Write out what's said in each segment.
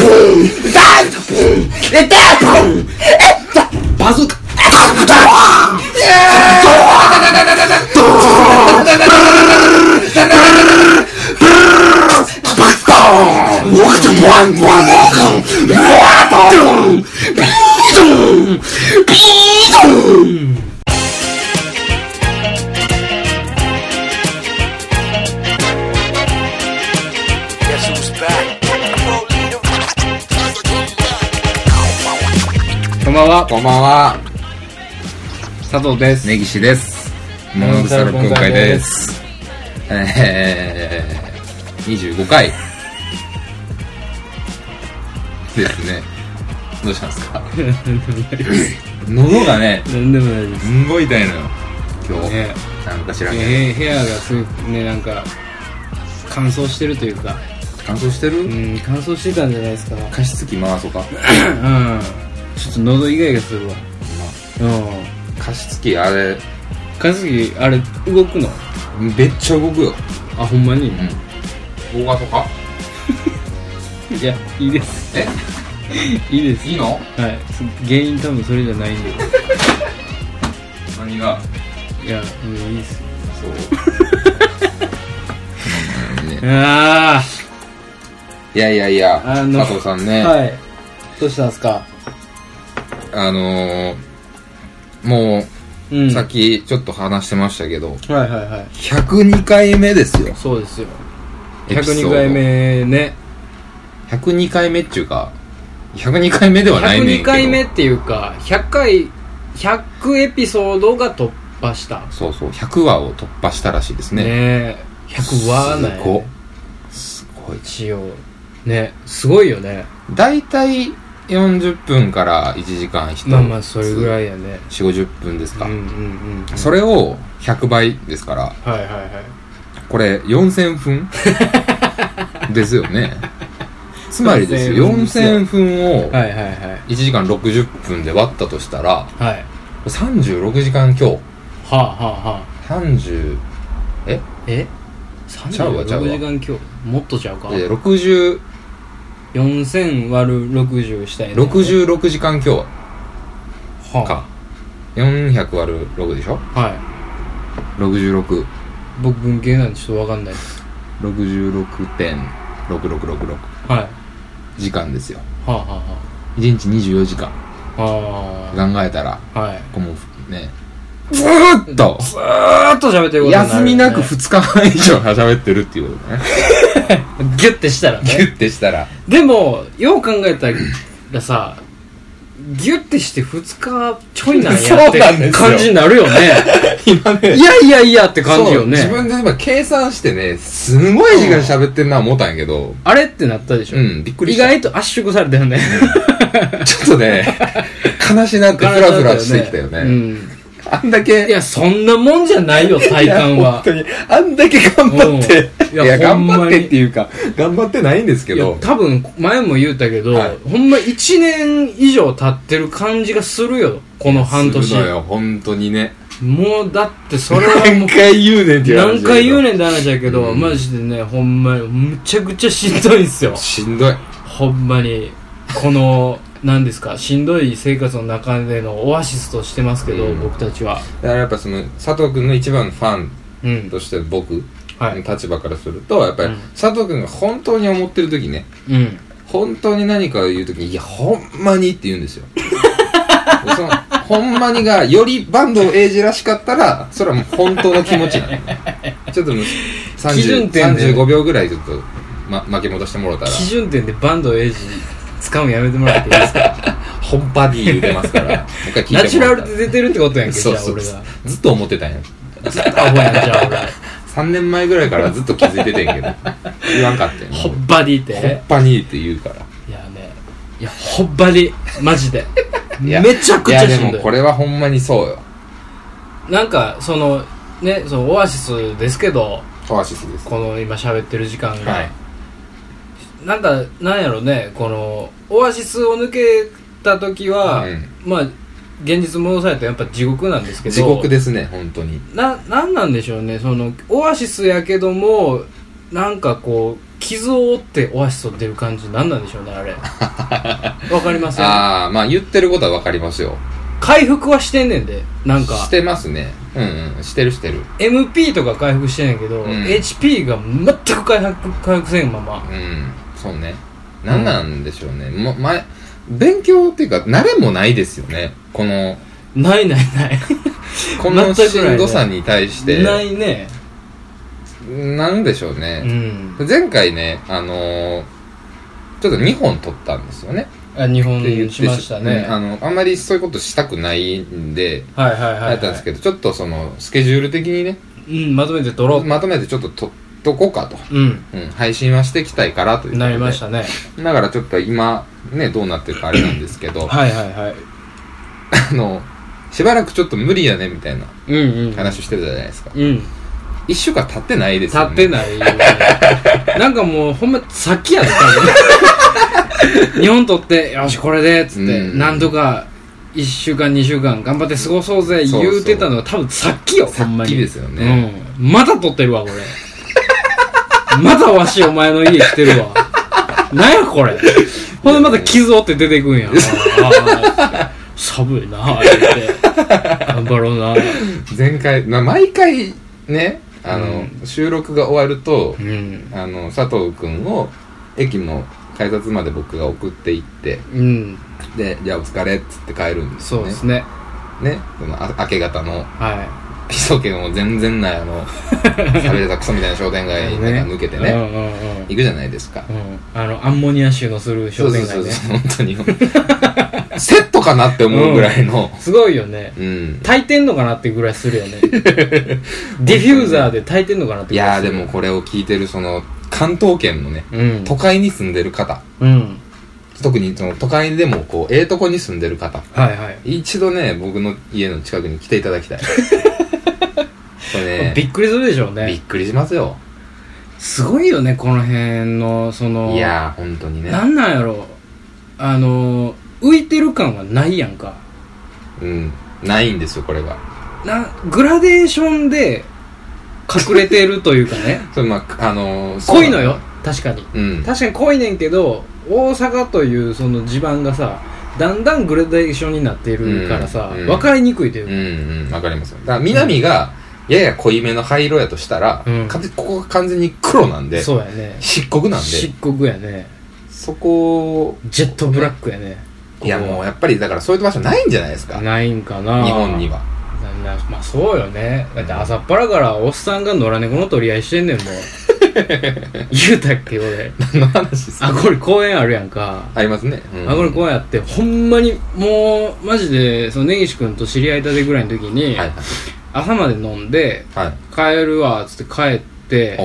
バズーカこんばんは。 こんばんは。 佐藤です。 根岸です。モノグサル今回です。25回ですね。どうしたんですか？喉がね、 なんでもないです。 すんごい痛いのよ。今日、 ね、 なんか知らんけ部屋がすごくね、なんか乾燥してるというか、 乾燥してる？ 乾燥してたんじゃないですか。 加湿器回そうか。 ちょっと喉以外がするわ。 加湿器あれ、 加湿器あれ動くの？ めっちゃ動くよ。 あ、ほんまに？ 動かそうか？ いや、いいです。いいです。 いいの？ はい。原因多分それじゃないんで。 何が？ いや、いいですよ。 そう。 あいや、佐藤さんね。 はい。どうしたんですか？ もう、さっきちょっと話してましたけど、 はいはいはい。 102回目ですよ。 そうですよ。102回目ね。 102回目っていうか、102回目ではないねんけど。102 回目っていうか、100エピソードが突破した。 そうそう、100話を突破したらしいですね。 ねえ。100話ない。 すごい。 一応。ね、すごいよね。 だいたい40分から1時間1つ。 まあそれぐらいやね。 4、50分ですか。それを100倍ですから。 はいはいはい。 これ4000分ですよね。つまりですよ、4000分を1時間60分で割ったとしたら、36時間今日。 はあはあはあ。 30、 36時間今日もっとちゃうか。 60、 4000割る60したいね。 66時間今日はか。400割る6でしょ？ はい。 66。 僕文系なんでちょっとわかんないです。 66.6666 はい時間ですよ。 はあはあはあ。 1日24時間考えたら、 はい。 こうもうね、ずーっと喋ってることになる、ね、 休みなく2日半以上喋ってるっていうことね。 ギュッてしたらね。 ギュッてしたら。でもよう考えたらさ、ギュッてして2日ちょいなんやって感じになるよね。 今ね。 いやって感じよね。 自分で今計算してね、すごい時間喋ってんな思ったんやけど。 あれってなったでしょ。 びっくりした。 意外と圧縮されたよね。 ちょっとね、悲しなってフラフラしてきたよね。あんだけ。 いや、そんなもんじゃないよ、体感は。 本当に。あんだけ頑張って。いや、頑張ってっていうか、頑張ってないんですけど。 多分、前も言ったけど、ほんま1年以上経ってる感じがするよ、この半年。 するのよ、本当にね。 もう、だってそれはもう。 何回言うねんって話。 何回言うねんって話だけど、マジでね、ほんまに、むちゃくちゃしんどいんすよ。 しんどい。 ほんまに。この、何ですか、しんどい生活の中でのオアシスとしてますけど、僕たちは。 だからやっぱその佐藤君の一番のファンとして僕の立場からすると、やっぱり佐藤君が本当に思ってる時ね、本当に何かを言う時に、いやほんまにって言うんですよ。そのほんまにがよりバンドエイジらしかったら、それはもう本当の気持ちなの。ちょっと35秒ぐらいちょっと、巻き戻してもらったら、 基準点でバンドエイジ使うのやめてもらっていいですか？ 本バディ言うてますから。もう一回聞いてもらったら。 ナチュラルで出てるってことやんけ。 そうそう、 じゃあ俺がずっと思ってたんや。 ずっとアホやん、じゃあ俺。 3年前ぐらいからずっと気づいててんけど、言わんかってん。 ホッバディって。 ホッバディって言うから。 いやね、いやホッバディマジでめちゃくちゃしんどい。 いやでもこれはほんまにそうよ。 なんかそのね、そのオアシスですけど、 オアシスです。 この今喋ってる時間が、なんやろね、このオアシスを抜けた時は、まあ現実戻されたらやっぱ地獄なんですけど、 地獄ですね本当に。 なんなんでしょうね、そのオアシスやけどもなんかこう傷を負ってオアシスを出る感じ、なんなんでしょうねあれわかりません？ ああ、まあ言ってることはわかりますよ。 回復はしてんねんで、なんかしてますね。してる MP とか回復してんねんけど、HP が全く回復せんまま。 そうね。なんなんでしょうね。勉強っていうか慣れもないですよね。このないこのしんどさに対してないね。 なんでしょうね。前回ね、ちょっと2本取ったんですよね。 2本しましたね。 あんまりそういうことしたくないんで、やったんですけど、ちょっとそのスケジュール的にね、 まとめて取ろう。 まとめてちょっと取っとこうかと。配信はしていきたいからということで。 なりましたね。 だからちょっと今ねどうなってるかあれなんですけど、しばらくちょっと無理やねみたいな話してたじゃないですか。1週間経ってないですよね。 経ってないよねなんかもうほんまさっきやった日本取ってよしこれでっつって、なんとか1週間2週間頑張って過ごそうぜ言うてたのが多分さっきよ。 さっきですよね。 また取ってるわこれまたわしお前の家来てるわなんやこれほんでまた傷負って出てくんや寒いなぁって頑張ろうな。 前回、毎回ね収録が終わると、佐藤くんを駅の改札まで僕が送っていって、でじゃあお疲れっつって帰るんですよね。 そうですね。 その明け方の基礎圏も全然ない寂れたクソみたいな商店街に抜けてね行くじゃないですか。 アンモニア臭のする商店街ね。 そう本当にセットかなって思うぐらいの、 すごいよね。炊いてんのかなってぐらいするよねディフューザーで炊いてんのかなってぐらいする。 いやでもこれを聞いてるその関東圏のね、都会に住んでる方、特にその都会でもこうとこに住んでる方、一度ね僕の家の近くに来ていただきたいこれねびっくりするでしょうね。 びっくりしますよ。 すごいよねこの辺のその。 いや本当にね。 なんなんやろ浮いてる感はないやんか。 ないんですよこれが。 グラデーションで隠れてるというかねそれ濃いのよ確かに、確かに濃いねんけど、大阪というその地盤がさだんだんグラデーションになっているからさ、分かりにくいというか。 分かりますよ。だから南がやや濃いめの灰色やとしたら、ここが完全に黒なんで。 そうやね。 漆黒なんで。 漆黒やね。 そこジェットブラックやね。 いやもうやっぱりだからそういう場所ないんじゃないですか。 ないんかな日本には。 まあそうよね。だって朝っぱらからおっさんが野良猫の取り合いしてんねんもん言うたっけ俺。 何の話ですか。 これ公園あるやんか。 ありますね。 これ公園あってほんまにもうマジでその根岸君と知り合いたてぐらいの時に、朝まで飲んで、帰るわっつって帰って、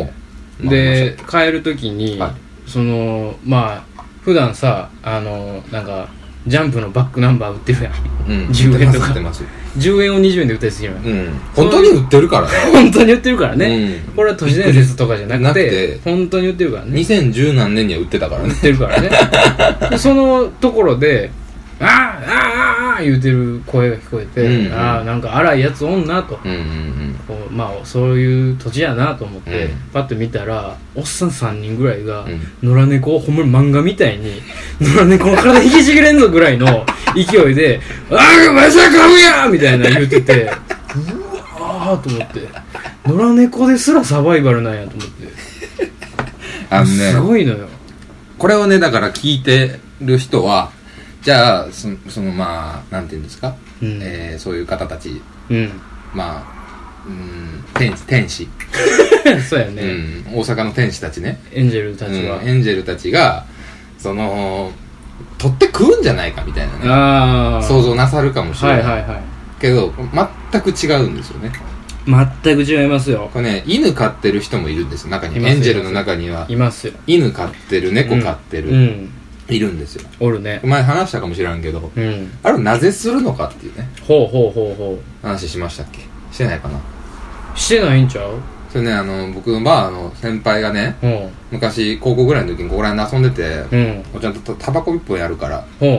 で帰る時に、そのまあ普段さなんかジャンプのバックナンバー売ってるやん、10円とか10円を20円で売ったりするやん、 本当に売ってるからね本当に売ってるからね、これは都市伝説とかじゃなくて本当に売ってるからね。 2010何年には売ってたからね。 売ってるからねでそのところであーあーあー言うてる声が聞こえて、なんか荒いやつおんなと、まあそういう土地やなと思って、パッと見たらおっさん3人ぐらいが、野良猫をほんまに漫画みたいに野良猫の体引きちぎれんぞぐらいの勢いで「ああまさかむや!」みたいな言うててうわーと思って野良猫ですらサバイバルなんやと思ってすごいのよこれをね。だから聞いてる人はじゃあそのまあなんていうんですか、そういう方たち、まあ天使そうやね、 大阪の天使たちね、 エンジェルたちは、 エンジェルたちがその取って食うんじゃないかみたいなね、想像なさるかもしれない、けど全く違うんですよね。 全く違いますよ。 これね、犬飼ってる人もいるんですよ。中にエンジェルの中にはいますよ。 犬飼ってる、猫飼ってる、いるんですよ。 おるね。 前話したかもしれんけど、あれなぜするのかっていうね、話しましたっけ。してないかな。 してないんちゃう。 それね、僕のバーの先輩がね、昔高校ぐらいの時にここら辺で遊んでて、おちゃんとタバコ一本やるから、じ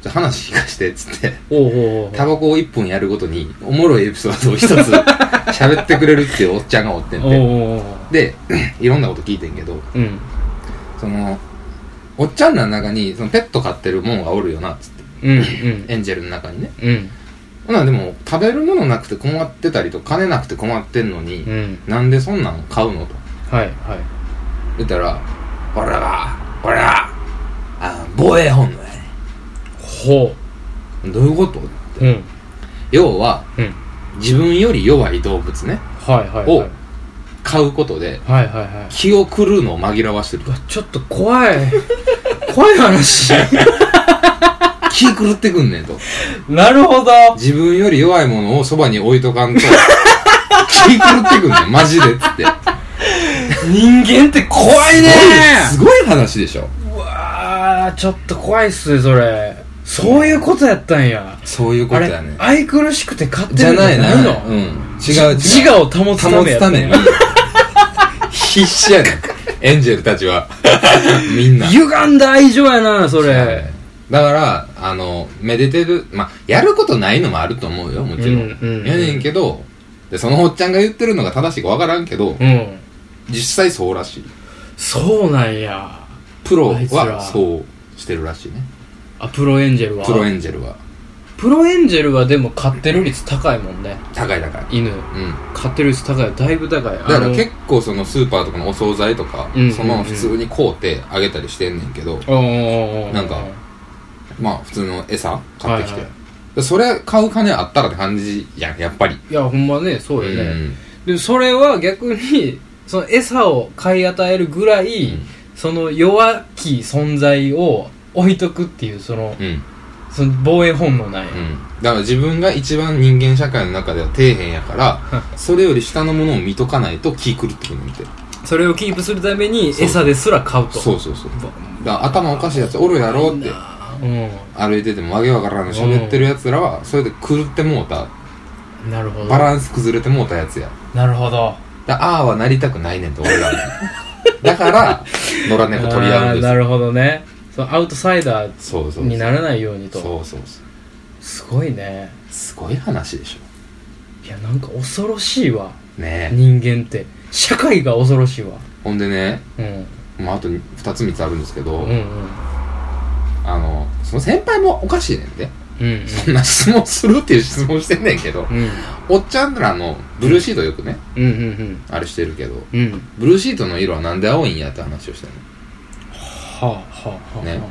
話聞かしてっつっておうタバコを1本やるごとにおもろいエピソードを一つ喋ってくれるっていうおっちゃんがおってんでいろんなこと聞いてんけど、うん、そのおっちゃんらの中にそのペット飼ってるもんがおるよなっつって、うんうん、エンジェルの中にね、うん、ほなでも食べるものなくて困ってたりと金なくて困ってんのに、うん、なんでそんなん買うのとはいはい言ったらこれは防衛本能やねほうどういうことって、うん、要は、うん、自分より弱い動物ね、 はいはいはい、 を飼うことで、 はいはいはい、 気を狂うのを紛らわしてるちょっと怖い話気狂ってくんねんとなるほど自分より弱いものをそばに置いとかんと気狂ってくんねんマジでっつって人間って怖いねすごい話でしょうわーちょっと怖いっすねそれそういうことやったんやそういうことやね愛くるしくて飼ってるんじゃないのうん、違う自我を保つため必死やねんエンジェルたちはみんな歪んだ愛情やなそれだからめでてるまあやることないのもあると思うよもちろん、うんうんうん、やねんけどでそのおっちゃんが言ってるのが正しいか分からんけど、うん、実際そうらしいそうなんやプロはそうしてるらしいねあプロエンジェルはでも飼ってる率高いもんね高い犬、うん、飼ってる率高いだいぶ高いだから結構そのスーパーとかのお惣菜とか、うんうんうん、そのまま普通に買うてあげたりしてんねんけど、なんかまあ普通の餌買ってきて、はいはい、それ買う金あったらって感じやんやっぱりいやほんまねそうよね、うん、でそれは逆にその餌を買い与えるぐらい、うん、その弱き存在を置いとくっていうその、うん、その防衛本能なんや、うん、 だから自分が一番人間社会の中では底辺やからそれより下のものを見とかないと気狂ってくるんでそれをキープするために餌ですら買うとそうだから頭おかしいやつおるやろって、うん、歩いててもわけわからんの喋ってるやつらはそれで狂ってもうたなるほどバランス崩れてもうたやつやなるほどああはなりたくないねんと俺らだから野良猫取り合うんですなるほどねそのアウトサイダーにならないようにとそうすごいねすごい話でしょいやなんか恐ろしいわね人間って社会が恐ろしいわほんでね、まあ、あと2つ3つあるんですけど、うんうん、その先輩もおかしいねんで、うんうん、そんな質問するっていう質問してんねんけど、うん、おっちゃんらのブルーシートよくね、うんうんうん、あれしてるけど、うん、ブルーシートの色はなんで青いんやって話をしてるのはあはあはあね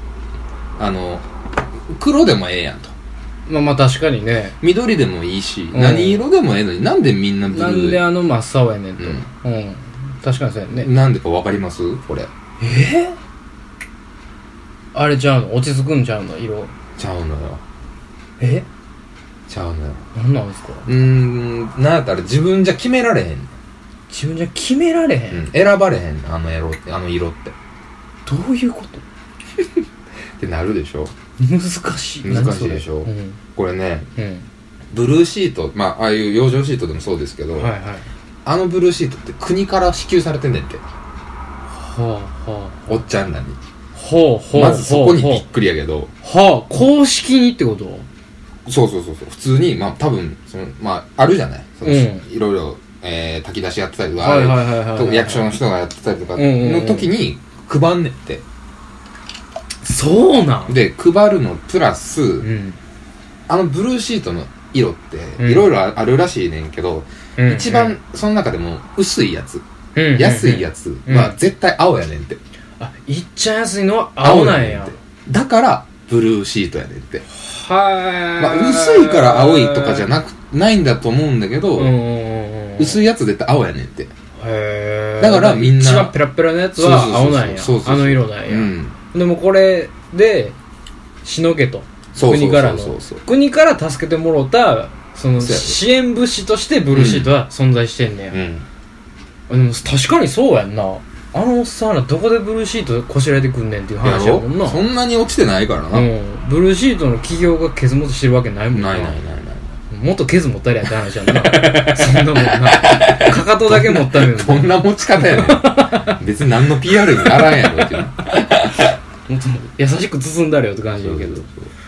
黒でもええやんとまあ確かにね緑でもいいし、うん、何色でもええのになんでみんなブルーなんで真っ青やねんと、うんうん、確かにそうやねなんでか分かりますこれあれちゃうの落ち着くんちゃうの色ちゃうのよちゃうのよ何なんですかなんやったら自分じゃ決められへん自分じゃ決められへん、 うん、選ばれへんあの色ってどういうことってなるでしょ難しいでしょ、うん、これね、うん、ブルーシートまあああいう養生シートでもそうですけど、はいはい、あのブルーシートって国から支給されてんねんておっちゃんらにまずそこにびっくりやけど公式にってことそう普通にまあ多分まああるじゃないその、いろいろ炊き出しやってたりとか役所の人がやってたりとかの時に配んねんってそうなんで配るのプラス、あのブルーシートの色っていろいろあるらしいねんけど、一番その中でも薄いやつ、安いやつは絶対青やねんっていっちゃ安いのは青なんやだからブルーシートやねんってまあ、薄いから青いとかじゃないんだと思うんだけど薄いやつ絶対青やねんってだからみんな一番ペラペラのやつは青なんやあの色なんや、でもこれでしのげと国から助けてもろたその支援物資としてブルーシートは存在してんねや、でも確かにそうやんなあのおっさんらどこでブルーシートこしらえてくんねんっていう話やもんなそんなに落ちてないからな、 ブルーシートの企業がケツ持ちしてるわけないもんなないもっとケツ持ったりやって話やんなそんなもんなかかとだけ持ったるよどんな持ち方やねん別に何の PR にならんやろっていうもっと優しく包んだれよって感じやけど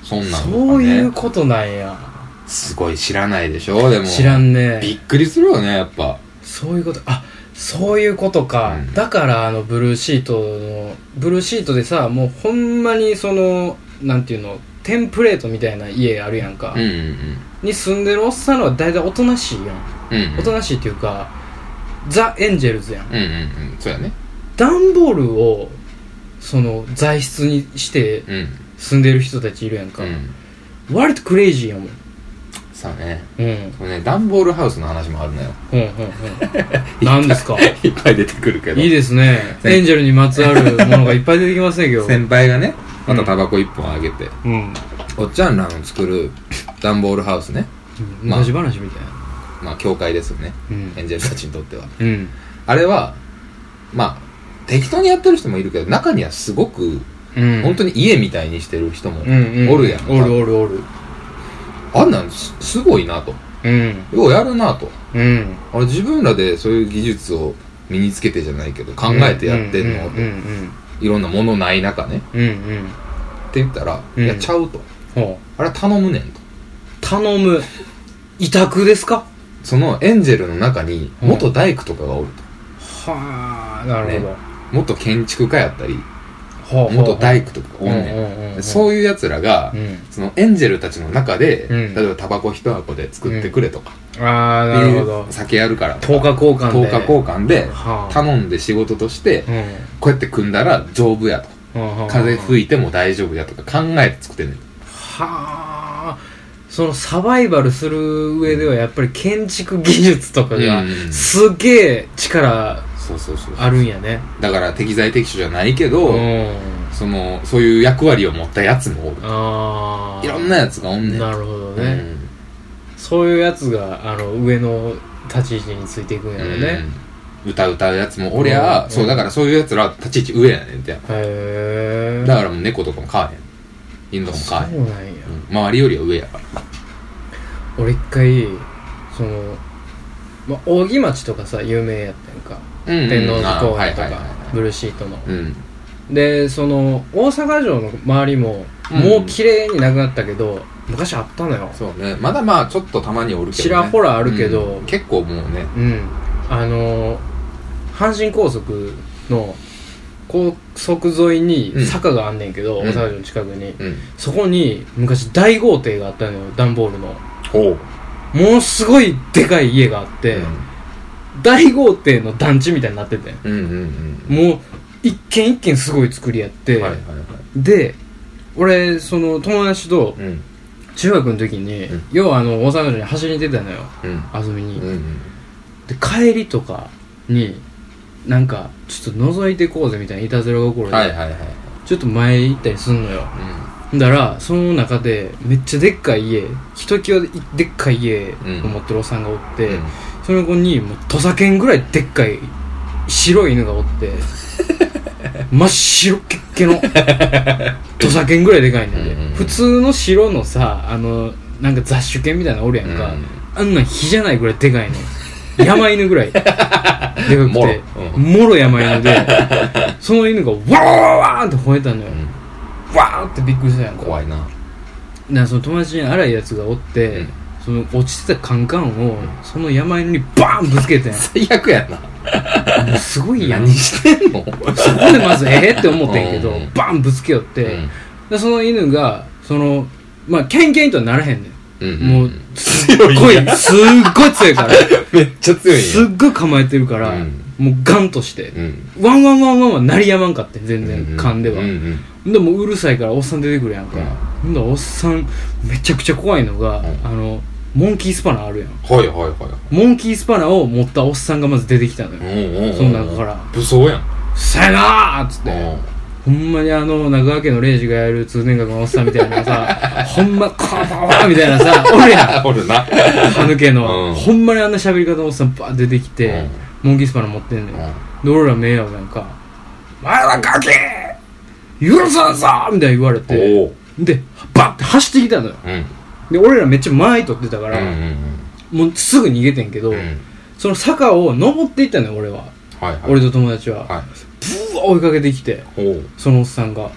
そんなんとかね。 そういうことなんや。 すごい知らないでしょ。でも知らんね。 びっくりするよね、やっぱ。 そういうこと、そういうことか、うん、だからブルーシートでさ、もうほんまにそのなんていうの、テンプレートみたいな家あるやんか、 うんうんうん、 に住んでるおっさんのは大体おとなしいやん、うんうん、おとなしいっていうかザ・エンジェルズやん、 うんうんうん、そうやね。 段ボールをその材質にして住んでる人たちいるやんか、うん、割とクレイジーやもん。 そうね、 うん、 これね、ダンボールハウスの話もあるのよ。 何ですか？ いっぱい出てくるけど。 いいですね。エンジェルにまつわるものがいっぱい出てきますね、今日。 先輩がね、またタバコ1本あげて、 うん、 おっちゃんらの作るダンボールハウスね、 うん、昔話みたいな、 まあ教会ですよね、うん、エンジェルたちにとっては、 うん、 あれはまあ適当にやってる人もいるけど、中にはすごく、うん、本当に家みたいにしてる人もおるやんか、 おるあんなんすごいなと、 うん、 ようやるなと、 うん、 あれ自分らでそういう技術を身につけてじゃないけど考えてやってんのと、いろんなものない中ね、 うんうん、 って言ったら、いやちゃうと、あれは頼むねんと。 頼む委託ですか？ そのエンジェルの中に元大工とかがおると、はあ、なるほど、 ね、元建築家やったり元大工とかがおんねん。そういうやつらが、そのエンジェルたちの中で、例えばタバコ一箱で作ってくれとか、 なるほど、 酒やるから 10日交換で頼んで仕事として、こうやって組んだら丈夫やと、風吹いても大丈夫やとか考えて作ってんねん。 はあ、そのサバイバルする上ではやっぱり建築技術とかがすげえ力あるんやね。 だから適材適所じゃないけど、そういう役割を持ったやつもおる。いろんなやつがおんねん。 なるほどね、そういうやつが上の立ち位置についていくんやろね、 歌うやつもおりゃ、そうだからそういうやつら立ち位置上やねんて。 へだからもう猫とかも飼わへん、犬とかも飼わへん。 そうなんや、 周りよりは上やから。 俺一回扇町とかさ有名やったやんか、天王寺公園とかブルーシートの、でその大阪城の周りももう綺麗になくなったけど、昔あったのよ。 そうね、まだまあちょっとたまにおるけどね、 ちらほらあるけど、 結構もうね、 阪神高速の高速沿いに坂があんねんけど、大阪城の近くに、そこに昔大豪邸があったのよ、段ボールの。ものすごいでかい家があって、大豪邸の団地みたいになってて、もう一軒一軒すごい作りやって、で俺その友達と中学の時に、要は大阪城に走りに出たのよ、遊びに、で帰りとかになんかちょっと覗いてこうぜみたいないたずら心で、ちょっと前行ったりすんのよ、だからその中でめっちゃでっかい家、ひときわでっかい家を持ってるおっさんがおって、その子にもう土佐犬ぐらいでっかい白い犬がおって真っ白っけっけの土佐犬ぐらいでかいねんで、普通の白のさなんか雑種犬みたいなのおるやんか、あんなん火じゃないぐらいでかいの山犬ぐらいでかくてもろ山犬でその犬がワーワーって吠えたのよ、わーってびっくりしたやんか。 怖いな。 その友達に荒いやつがおって、その落ちてたカンカンをその山犬にバーンぶつけてん。 最悪やな。 もうすごいやん。 何してんの？ そこでまずって思ってんけど、バーンぶつけよって、でその犬がまあキャンキャンとはならへんねん、もうすっごい強いからめっちゃ強いんや。 すっごい構えてるから、もうガンとして、ワンワンワンワンは鳴りやまんかって全然噛んでは、でもうるさいからおっさん出てくるやんか、おっさんめちゃくちゃ怖いのが、モンキースパナあるやん。モンキースパナを持ったおっさんがまず出てきたのよ、その中から。 武装やん。 さよなーっつって、ほんまに中川家のレイジがやる通天閣のおっさんみたいなさほんまカーバーみたいなさおるやん、 おるな、 歯抜けの、ほんまにあんな喋り方のおっさんバー出てきて、モンキースパナ持ってんねん、で俺ら目合うやんか、前田ガキ許さんぞみたいな言われて、でバッて走ってきたのよ、で俺らめっちゃ前取ってたから、もうすぐ逃げてんけど、その坂を登っていったのよ俺は、俺と友達は、ブワー追いかけてきて、そのおっさんが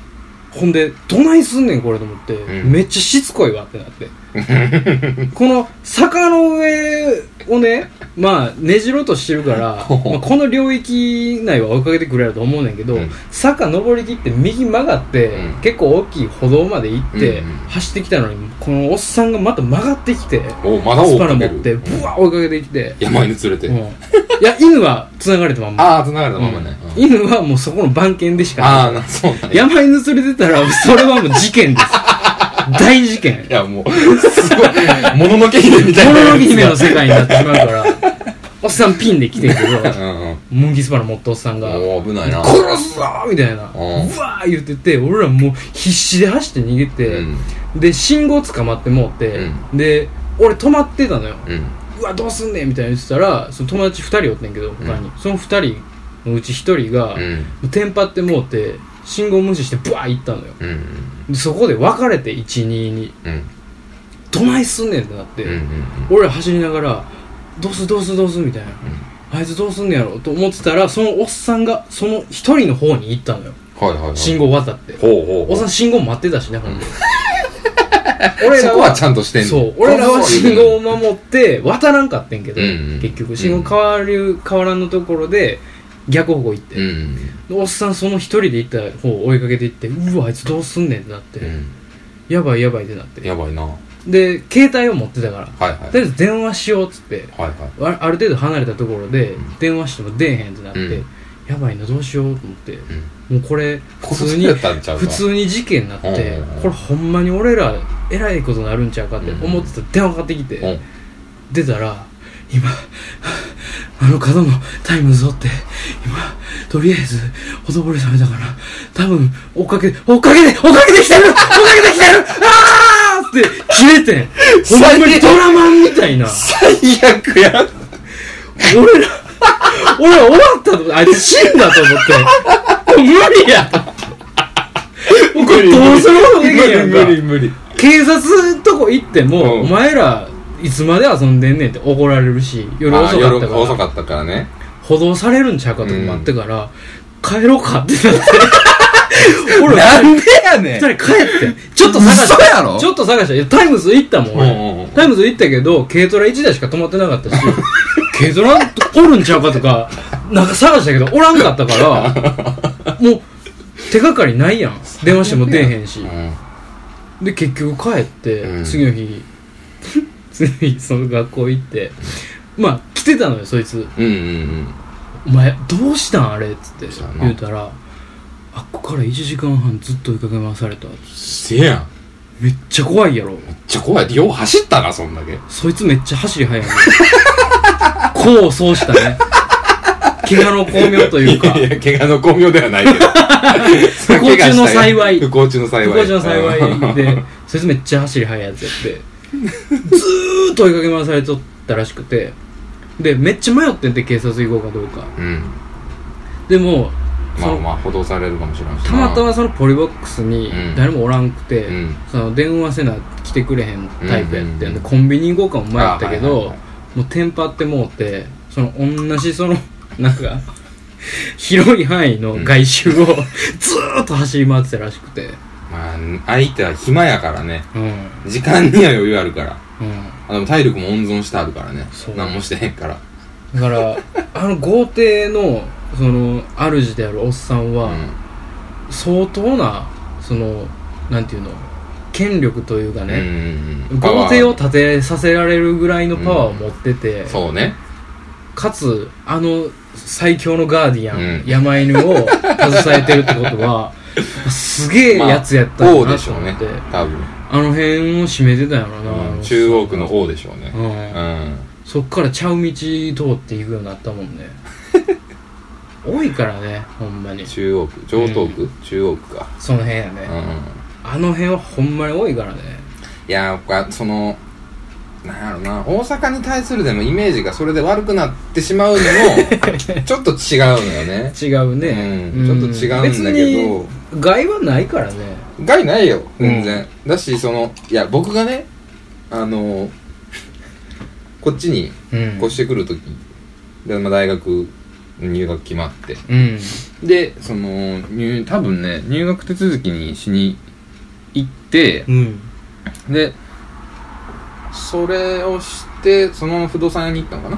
ほんでどないすんねんこれと思って、めっちゃしつこいわってなってこの坂の上をねまあねじろうとしてるから、まあ、この領域内は追いかけてくれると思うねんけど、坂登りきって右曲がって、結構大きい歩道まで行って、走ってきたのにこのおっさんがまた曲がってきてまだスパナ持ってブワー追いかけてきて山犬連れて、いや犬は繋がれたまんま繋がれたまんまね、 犬はもうそこの番犬でしかない。 そうなんや。 山犬連れてたらそれはもう事件です大事件。 いやもうすごいもののけ姫みたいなもののけ姫の世界になってしまうからおっさんピンで来てるけど麦スパナ持ったおっさんが危ないな殺すぞみたいなうわー言ってて、俺らもう必死で走って逃げて、で信号捕まってもうて、で俺止まってたのよ、うわどうすんねんみたいな言ってたら、その友達2人おってんけど他に、その2人のうち1人が、テンパってもうて信号無視してブワー行ったのよ、でそこで別れて 1,2 に、どないすんねんってなって、俺ら走りながらどうすみたいな、あいつどうすんねやろと思ってたら、そのおっさんがその1人の方に行ったのよ、信号渡って、おっさん信号待ってたしね、ほんで俺らはそこはちゃんとしてんの。 そう、俺らは信号を守って渡らんかってんけど、結局信号変わらんのところで逆方向行って、おっさんその一人で行った方を追いかけていって、うわあいつどうすんねんってなって、やばいってなって、 やばいな。 で携帯を持ってたから、とりあえず電話しようっつって、ある程度離れたところで電話しても出えへんってなって、やばいなどうしようと思って、もうこれ普通に事件になって、これほんまに俺らえらいことになるんちゃうかって思ってたら電話かかってきて、出たら今あの角のタイムズをって今とりあえずほとぼり冷めたから多分追っかけてきてるあーって消えてん、ほんまにドラマンみたいな、 最悪や俺ら終わったと、あいつ死んだと思って無理やと思って、どうすることできへんやんか。 無理警察とこ行っても、お前らいつまで遊んでんねんって怒られるし、夜遅かったからね、 補導されるんちゃうかとか待ってから、帰ろうかってなって俺なんでやねん、 2人帰ってちょっと探したいやタイムズ行ったもん俺、タイムズ行ったけど軽トラ1台しか止まってなかったし軽トラおるんちゃうかとかなんか探したけどおらんかったからもう手がかりないやん、電話しても出えへんし、で結局帰って、次の日その学校行ってまあ来てたのよそいつ、お前どうしたんあれっつって言うたら、あっこから1時間半ずっと追いかけ回された。 せやん、 めっちゃ怖いやろ。 めっちゃ怖い。よう走ったなそんだけ。 そいつめっちゃ走り速いね功を奏したね怪我の巧妙というか、 いや怪我の巧妙ではないけど不幸中の幸い不幸中の幸いでそいつめっちゃ走り速いやつやってずーっと追いかけ回されとったらしくて、でめっちゃ迷ってんて警察行こうかどうか、でもまあ補導されるかもしれないし、 たまたまそのポリボックスに誰もおらんくて、その電話せな来てくれへんタイプやってんで、コンビニ行こうかも迷ったけど、もうテンパってもうて、その同じそのなんか広い範囲の外周をずーっと走り回ってたらしくて、 まあ相手は暇やからね、時間には余裕あるから、でも体力も温存してあるからね、何もしてへんから。 だからあの豪邸のその主であるおっさんは、相当なそのなんていうの権力というかね、豪邸を建てさせられるぐらいのパワーを持ってて、 そうね、かつあの最強のガーディアン、山犬を携えてるってことはすげえやつやったんだなと思って、 多分あの辺を占めてたやろな、 中央区の王でしょうね、 そっからちゃう道通っていくようになったもんね多いからね、ほんまに。 中央区、城東区、中央区か。 その辺やね、あの辺はほんまに多いからね。 いやそのなんやろな、大阪に対するでもイメージがそれで悪くなってしまうのもちょっと違うのよね。 違うね、 ちょっと違うんだけど、 害はないからね。 害ないよ全然、だしそのいや僕がねこっちに越してくるとき、で大学入学決まって、でその多分ね入学手続きにしに行って、でそれをしてそのまま不動産屋に行ったのかな。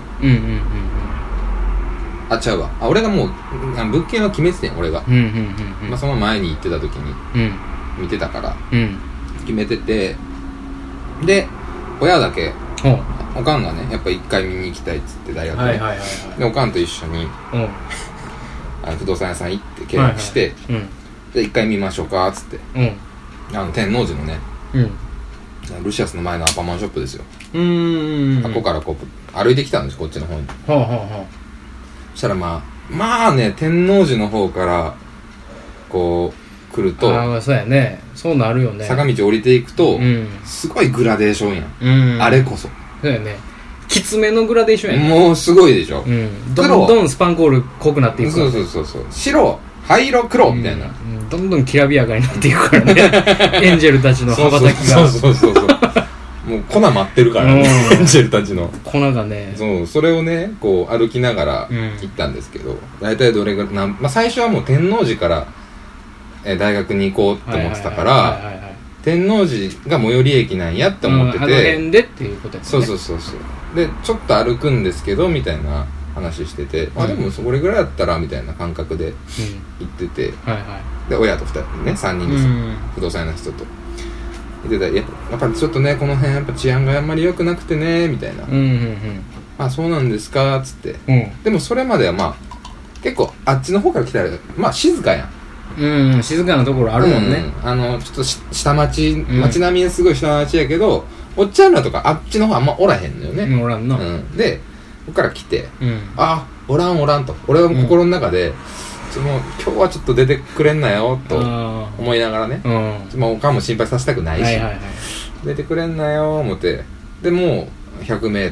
あ、違うわ。俺がもう物件は決めててん俺が、まあ、その前に行ってた時に見てたから、決めてて、で親だけ、おかんがねやっぱ一回見に行きたいっつって大学で、おかんと一緒に不動産屋さん行って契約して、で一回見ましょうかっつって、天王寺のね、ルシアスの前のアパマンショップですよ。あこからこう歩いてきたんですこっちの方に。そしたらまあね天王寺の方からこう来ると、 そうやね、そうなるよね。 坂道降りていくと、すごいグラデーションやん、あれこそ。 そうやね、きつめのグラデーションやね。 もうすごいでしょ、 どんどんスパンコール濃くなっていくから。 そう白灰色黒みたいな、 どんどんきらびやかになっていくからねエンジェルたちの羽ばたきが。 そうもう粉待ってるからね、エンジェルたちの粉がね。 それをねこう歩きながら行ったんですけど、大体どれぐらい最初はもう天王寺から大学に行こうって思ってたから、天王寺が最寄り駅なんやって思ってて、 あの辺でっていうことですね。 そうでちょっと歩くんですけどみたいな話してて、でもそれぐらいだったらみたいな感覚で行ってて、で親と2人ね3人です、不動産屋の人と言ってた。やっぱちょっとねこの辺やっぱ治安があんまり良くなくてねみたいな、あそうなんですかっつって、でもそれまではまあ結構あっちの方から来たらまあ静かやん、 静かなところあるもんね、 ちょっと下町、町並みはすごい下町やけど、おっちゃんらとかあっちの方あんまおらへんのよね、 おらんな、 でここから来て、あおらんと俺は心の中で、もう今日はちょっと出てくれんなよと思いながらね、おかんも心配させたくないし、出てくれんなよ思って、でもう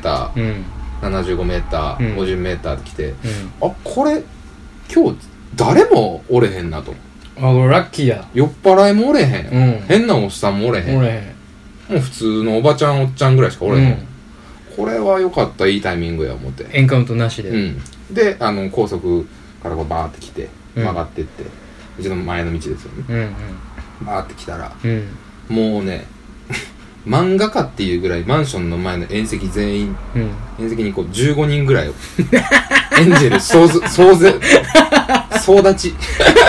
100m、75m、50m って来て、あこれ今日誰もおれへんなと。 これラッキーや。 酔っ払いもおれへん、変なおっさんもおれへん、もう普通のおばちゃんおっちゃんぐらいしかおれへん、これは良かった、いいタイミングや思って、 エンカウントなしで、 で高速からこうバーって来て曲がってって、うちの前の道ですよね、バーって来たら、もうね漫画家っていうぐらいマンションの前の縁石全員、縁石にこう15人ぐらいをエンジェル総立ち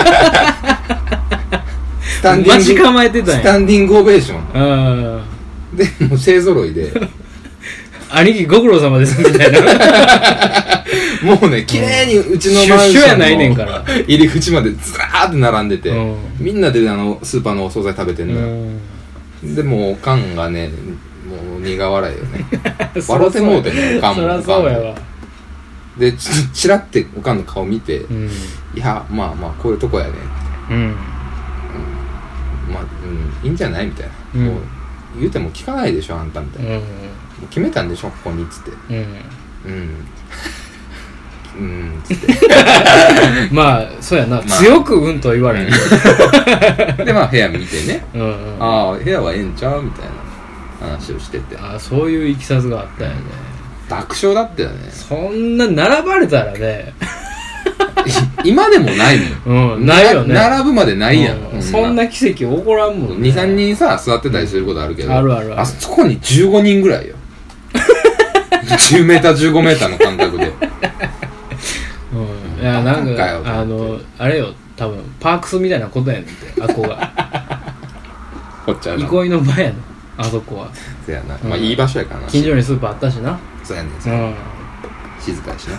待ち構えてたんや。 スタンディングオベーションでもう勢ぞろいで兄貴ご苦労様ですみたいなもうね綺麗にうちのマンションの入り口までずらーって並んでて、みんなでスーパーのお惣菜食べてんのよ、でもおかんがねもう苦笑いよね笑ってもうてね、おかんも。 そりゃそうやわ。 でチラっておかんの顔見て、いやまあこういうとこやね、いいんじゃないみたいな、もう言うても聞かないでしょあんたみたいな、もう決めたんでしょここにっつって、つってまあそうやな、強くとは言われんで部屋見てね、ああ部屋はええんちゃうみたいな話をしてて、 そういういきさつがあったよね。 爆笑だったよね。 そんな並ばれたらね今でもないの、 ないよね。 並ぶままでないやん、 そんな奇跡起こらんもんね。 2,3 人さ座ってたりすることあるけど、 あるある。 あそこに15人ぐらいよ10m、15m の間隔でいやなんかあれよ、多分パークスみたいなことやねんて、あこがこっちは憩いの場やねん、あそこは。 そうやな、いい場所やからな。 近所にスーパーあったしな。 そうやねん、静かやしな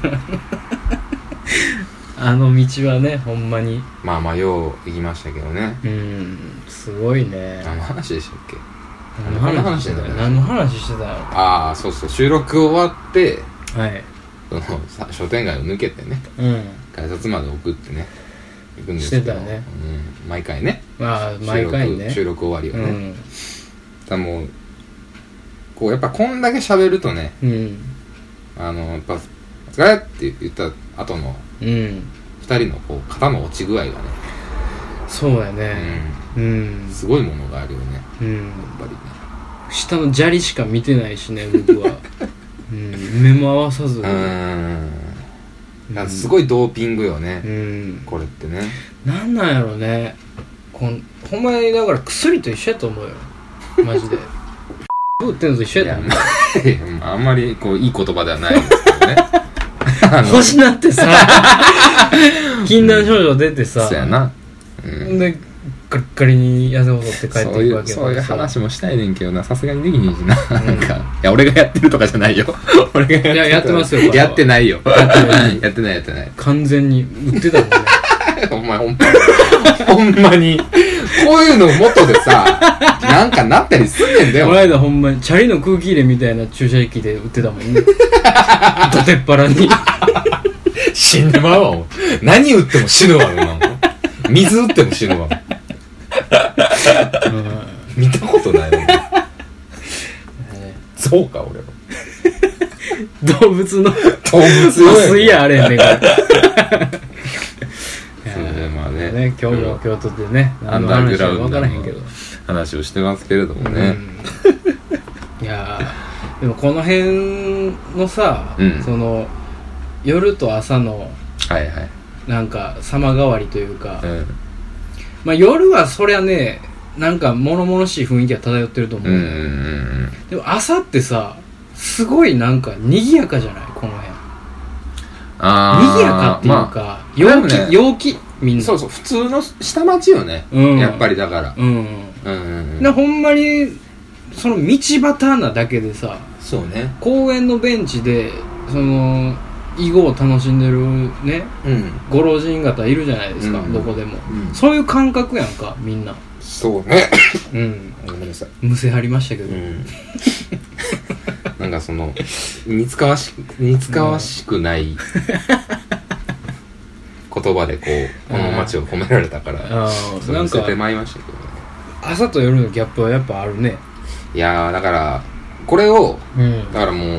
あの道はねほんまによう行きましたけどね。 すごいね。 何の話でしたっけ。 何の話してたよ。 そう収録終わって、その商店街を抜けてね、改札まで送ってね行くんですけど、してたね、毎回ね、 毎回ね収録終わりはね、だもうこうやっぱこんだけ喋るとね、やっぱ「お疲れ!」って言った後の2人のこう肩の落ち具合がね、 そうやね、 すごいものがあるよね、やっぱりね。 下の砂利しか見てないしね僕は目も合わさず、 すごいドーピングよね、これってね。 なんやろね、ほんまにだから薬と一緒やと思うよマジで打ってんのと一緒やと思う。 あんまりこういい言葉ではないですけどね星なってさ禁断症状出てさ、 そうやな、 でガリッガリに痩せ細って帰っていくわけよ。 そういう話もしたいねんけどな、さすがにできねえしな、なんかいや俺がやってるとかじゃないよ俺がやってますよ。 やってないよやってない完全に売ってたもんねお前ほんまにこういうの元でさなんかなったりすんねんだよ。 この間ほんまにチャリの空気入れみたいな注射器で売ってたもんねどてっぱらに死んでまうわ。何打っても死ぬわ水打っても死ぬわ見たことないわそうか俺は動物の動物よ麻酔やあれやねんからまあね、 今日も京都でね、 アンダーグラウンド分からへんけど話をしてますけれどもね、 いやでもこの辺のさ、その夜と朝のなんか様変わりというか、まあ夜はそりゃねなんか物々しい雰囲気が漂ってると思う、でも朝ってさすごいなんか賑やかじゃないこの辺。賑やかっていうか、陽気みんな。 そう普通の下町よね、やっぱりだからほんまにその道端なだけでさ、そうね、公園のベンチでその囲碁を楽しんでるね、ご老人方いるじゃないですか、どこでも、そういう感覚やんかみんな。 そうねごめんなさい、 むせ張りましたけど、 なんかその似つかわしくない言葉でこの街を褒められたからなんかてまいりましたけどね。 朝と夜のギャップはやっぱあるね。 いやだからこれを、だからもう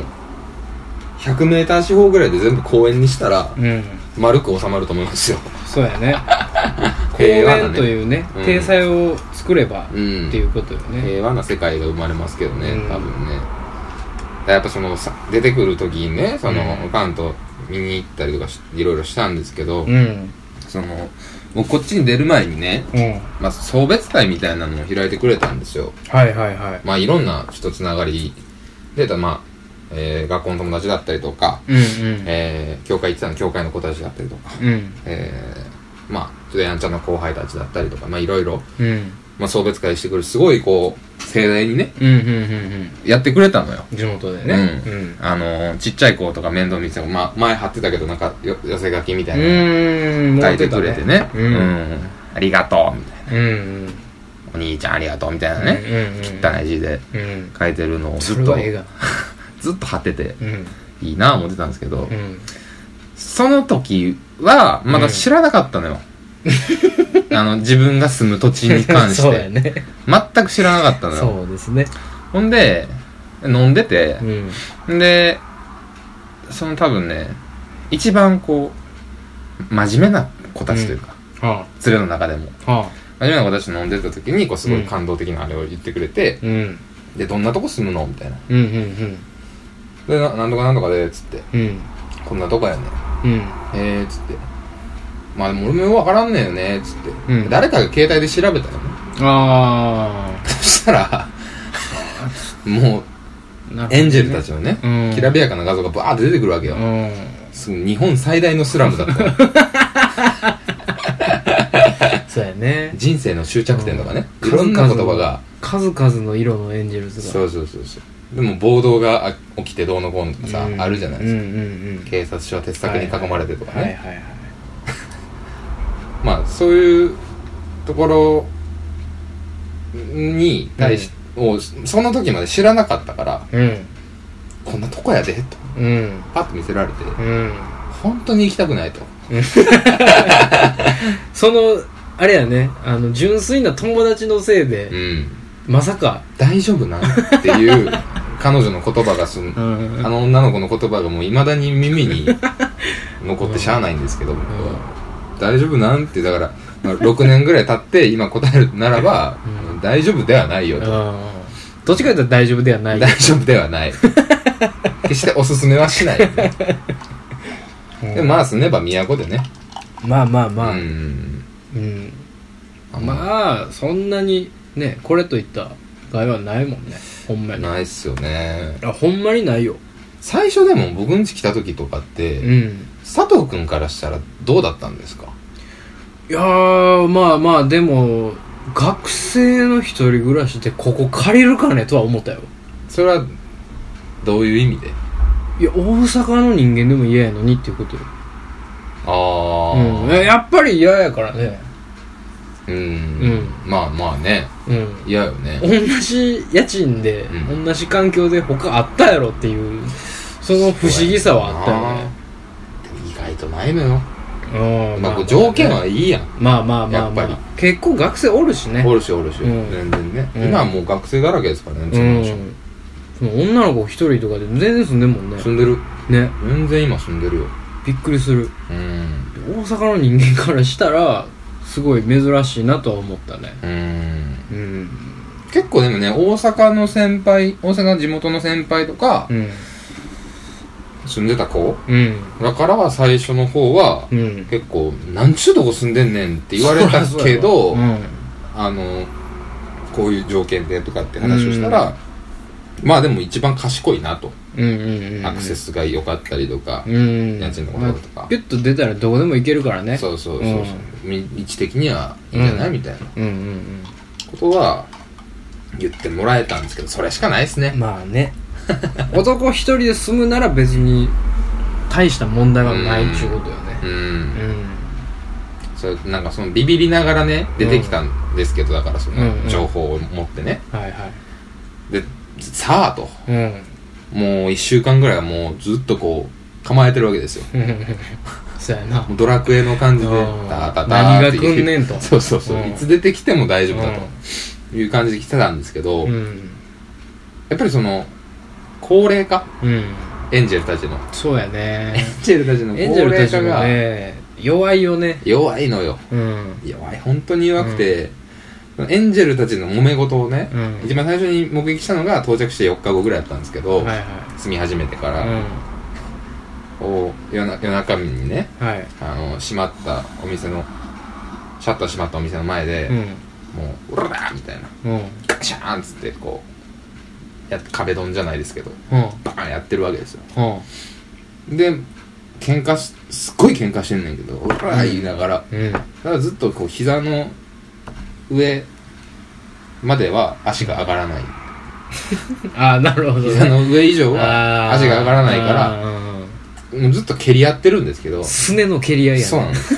100m 四方ぐらいで全部公園にしたら、丸く収まると思いますよ。 そうやね公園というね体裁を作れば、っていうことよね。 平和な世界が生まれますけどね、多分ね。やっぱその出てくる時にね、そのおかんと見に行ったりとかいろいろしたんですけど、そのもうこっちに出る前にね、まあ、送別会みたいなのを開いてくれたんですよ。まあいろんな人つながりで、まあ学校の友達だったりとか、教会行ってたの教会の子たちだったりとか、まあちょっとやんちゃな後輩たちだったりとか、まあいろいろ、まあ、送別会してくるすごいこう盛大にね、やってくれたのよ地元でね、 ちっちゃい子とか面倒見てた、まあ、前貼ってたけどなんか寄せ書きみたいなの書いてくれてね、ありがとうみたいな、お兄ちゃんありがとうみたいなね、汚い字で書いてるのをずっと貼ってて、いいなぁ思ってたんですけど、その時はまだ知らなかったのよ、自分が住む土地に関してそうや、ね、全く知らなかったのよ。 そうですね。 ほんで飲んでて、でその多分ね一番こう真面目な子たちというか、連れの中でも、真面目な子たちと飲んでた時にこうすごい感動的なあれを言ってくれて、でどんなとこ住むのみたいな、でなんとかなんとかでつって、こんなとこやねん、つって、まあでも俺も分からんねんよねつって、誰かが携帯で調べたのね。そしたらもうエンジェルたちのね、きらびやかな画像がバーッと出てくるわけよ、日本最大のスラムだったよそうやね、 人生の終着点とかね、いろんな言葉が数々の色のエンジェルズが、 そうでも暴動が起きてどうのこうのとかさ、あるじゃないですか、警察署は鉄柵に囲まれてとかね、まあそういうところに対して、その時まで知らなかったから、こんなとこやでと、パッと見せられて、本当に行きたくないとそのあれやね、純粋な友達のせいで、まさか大丈夫なんっていう彼女の言葉があの女の子の言葉がもう未だに耳に残ってしゃあないんですけど、大丈夫なんて、だから、6年ぐらい経って今答えるならば、大丈夫ではないよと、 どっちかというと大丈夫ではない、 大丈夫ではない決しておすすめはしない、 でもまあ住めば都でね。 まあまあそんなにねこれといった害はないもんね。ほんまにないっすよね。 ほんまにないよ。 最初でも僕ん家来た時とかって、佐藤くんからしたらどうだったんですか？ いやーまあでも学生の一人暮らしでここ借りるかねとは思ったよ。 それはどういう意味で？ いや大阪の人間でも嫌やのにっていうことよ。やっぱり嫌やからね。 まあね、嫌よね。 同じ家賃で、同じ環境で他あったやろっていうその不思議さはあったよね。 でも意外とないのよ。まあ条件はいいやん。 まあやっぱり結構学生おるしね。 おるし、全然ね。今はもう学生だらけですからね。 女の子一人とかで全然住んでるもんね。 住んでるね。 全然今住んでるよ。 びっくりする。大阪の人間からしたらすごい珍しいなとは思ったね。 結構でもね、大阪の地元の先輩とか、住んでた子、だからは最初の方は、結構なんちゅうとこ住んでんねんって言われたけど、こういう条件でとかって話をしたら、まあでも一番賢いなと、アクセスが良かったりとか、家賃のこととか、 ピュッと出たらどこでも行けるからね。 そう、位置的にはいいんじゃないみたいなことは言ってもらえたんですけど、それしかないですね。 まあね男一人で住むなら別に大した問題はないっていうことよね。 それなんかそのビビりながらね出てきたんですけど、だからその情報を持ってね、でさあと、もう1週間ぐらいはもうずっとこう構えてるわけですよ。 そうやな。 ドラクエの感じで何が来んねんと。 そう、いつ出てきても大丈夫だという感じで来てたんですけど、やっぱりその高齢化、エンジェルたちの。 そうやね。 エンジェルたちの高齢化が弱いよね。 弱いのよ。弱い、本当に弱くて、エンジェルたちの揉め事をね、一番最初に目撃したのが到着して4日後ぐらいだったんですけど、住み始めてから、夜中にね、閉まったお店のシャッター閉まったお店の前で、もううららみたいな、ガシャーンっつってこう壁ドンじゃないですけど、バーンやってるわけですよ。ですっごい喧嘩してんねんけど、うらら言いながら、ただずっとこう膝の上までは足が上がらない。 なるほど、ね、 膝の上以上は足が上がらないから、もうずっと蹴り合ってるんですけど、 すねの蹴り合いやね。 そうなんです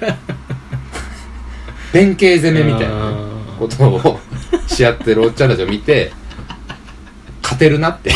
弁慶攻めみたいなことをし合ってるおっちゃんたちを見て勝てるなってい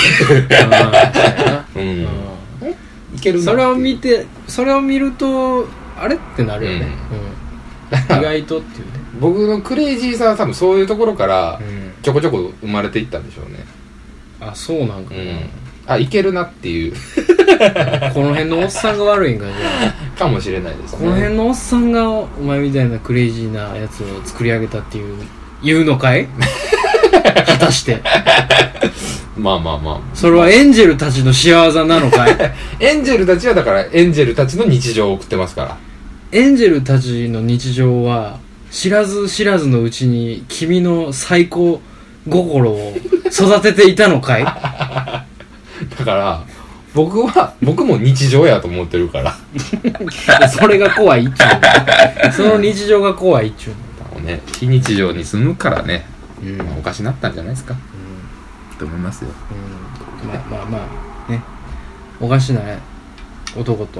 けるな。 それを見るとあれってなるよね。意外とっていうね。 僕のクレイジーさは多分そういうところからちょこちょこ生まれていったんでしょうね。 そうなんかな。 いけるなっていうこの辺のおっさんが悪いんかじゃあかもしれないですね。 この辺のおっさんがお前みたいなクレイジーなやつを作り上げたって言うのかい果たしてまあそれはエンジェルたちの仕業なのかいエンジェルたちはだからエンジェルたちの日常を送ってますから。 エンジェルたちの日常は知らず知らずのうちに君の最高心を育てていたのかいだから僕も日常やと思ってるからそれが怖いっちゅうその日常が怖いっちゅうね。非日常に住むからね、おかしなったんじゃないですか、と思いますよ。 まあね、おかしな男と、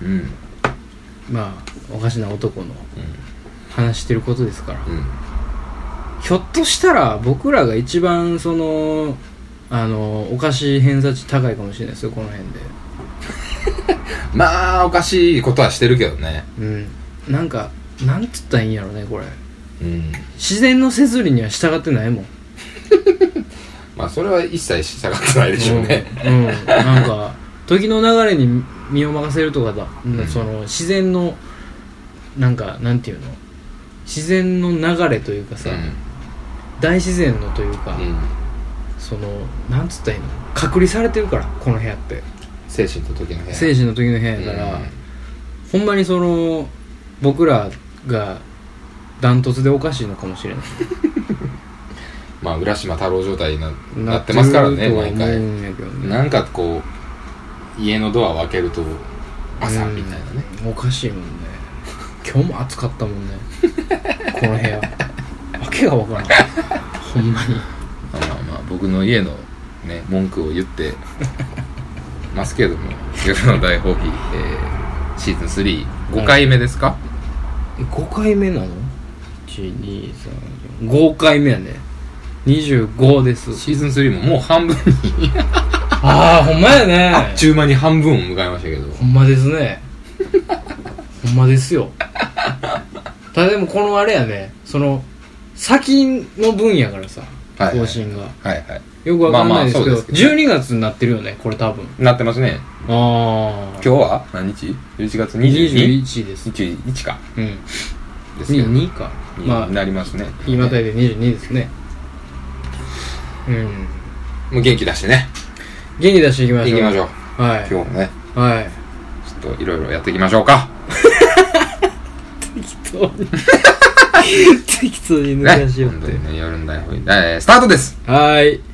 おかしな男の話してることですから、ひょっとしたら僕らが一番そのおかしい偏差値高いかもしれないですよ、この辺でまあおかしいことはしてるけどね。 なんかなんつったらいいんやろねこれ、自然の摂理には従ってないもんまあそれは一切従ってないでしょうね。 なんか時の流れに身を任せるとかだ、その自然のなんていうの、自然の流れというかさ、大自然のというか、そのなんつったらいいの、隔離されてるからこの部屋って。 精神の時の部屋やから、 ほんまにその僕らがダントツでおかしいのかもしれない。 まあ浦島太郎状態になってますからね、毎回。なんかこう家のドアを開けると朝みたいなね、 おかしいもんね。今日も暑かったもんねこの部屋。わけがわからんほんまに。 まあ僕の家のね文句を言ってますけども、夜の大放棄、シーズン3、5回目ですか ？5回目なの？ 1、2、3、5回目やね。25です。 シーズン3ももう半分にああ、ほんまやね。 あっちゅう間に半分を迎えましたけど。 ほんまですねほんまですよ。ただでもこのあれやね、その先の分やからさ、更新が、 はいはい、 よくわかんないですけど、12月になってるよね、これ多分。 なってますね。 ああ。 今日は何日？ 11月 21です。 21か。 うん。22か。 まあなりますね。 今たりで22ですね。うん。 もう元気出してね。 元気出していきましょう。 行きましょう。 はい。 今日もね。 はい。 ちょっといろいろやっていきましょうか。 適当に適当に抜かしようって、 ね、夜の大放棄、スタートです。 はい。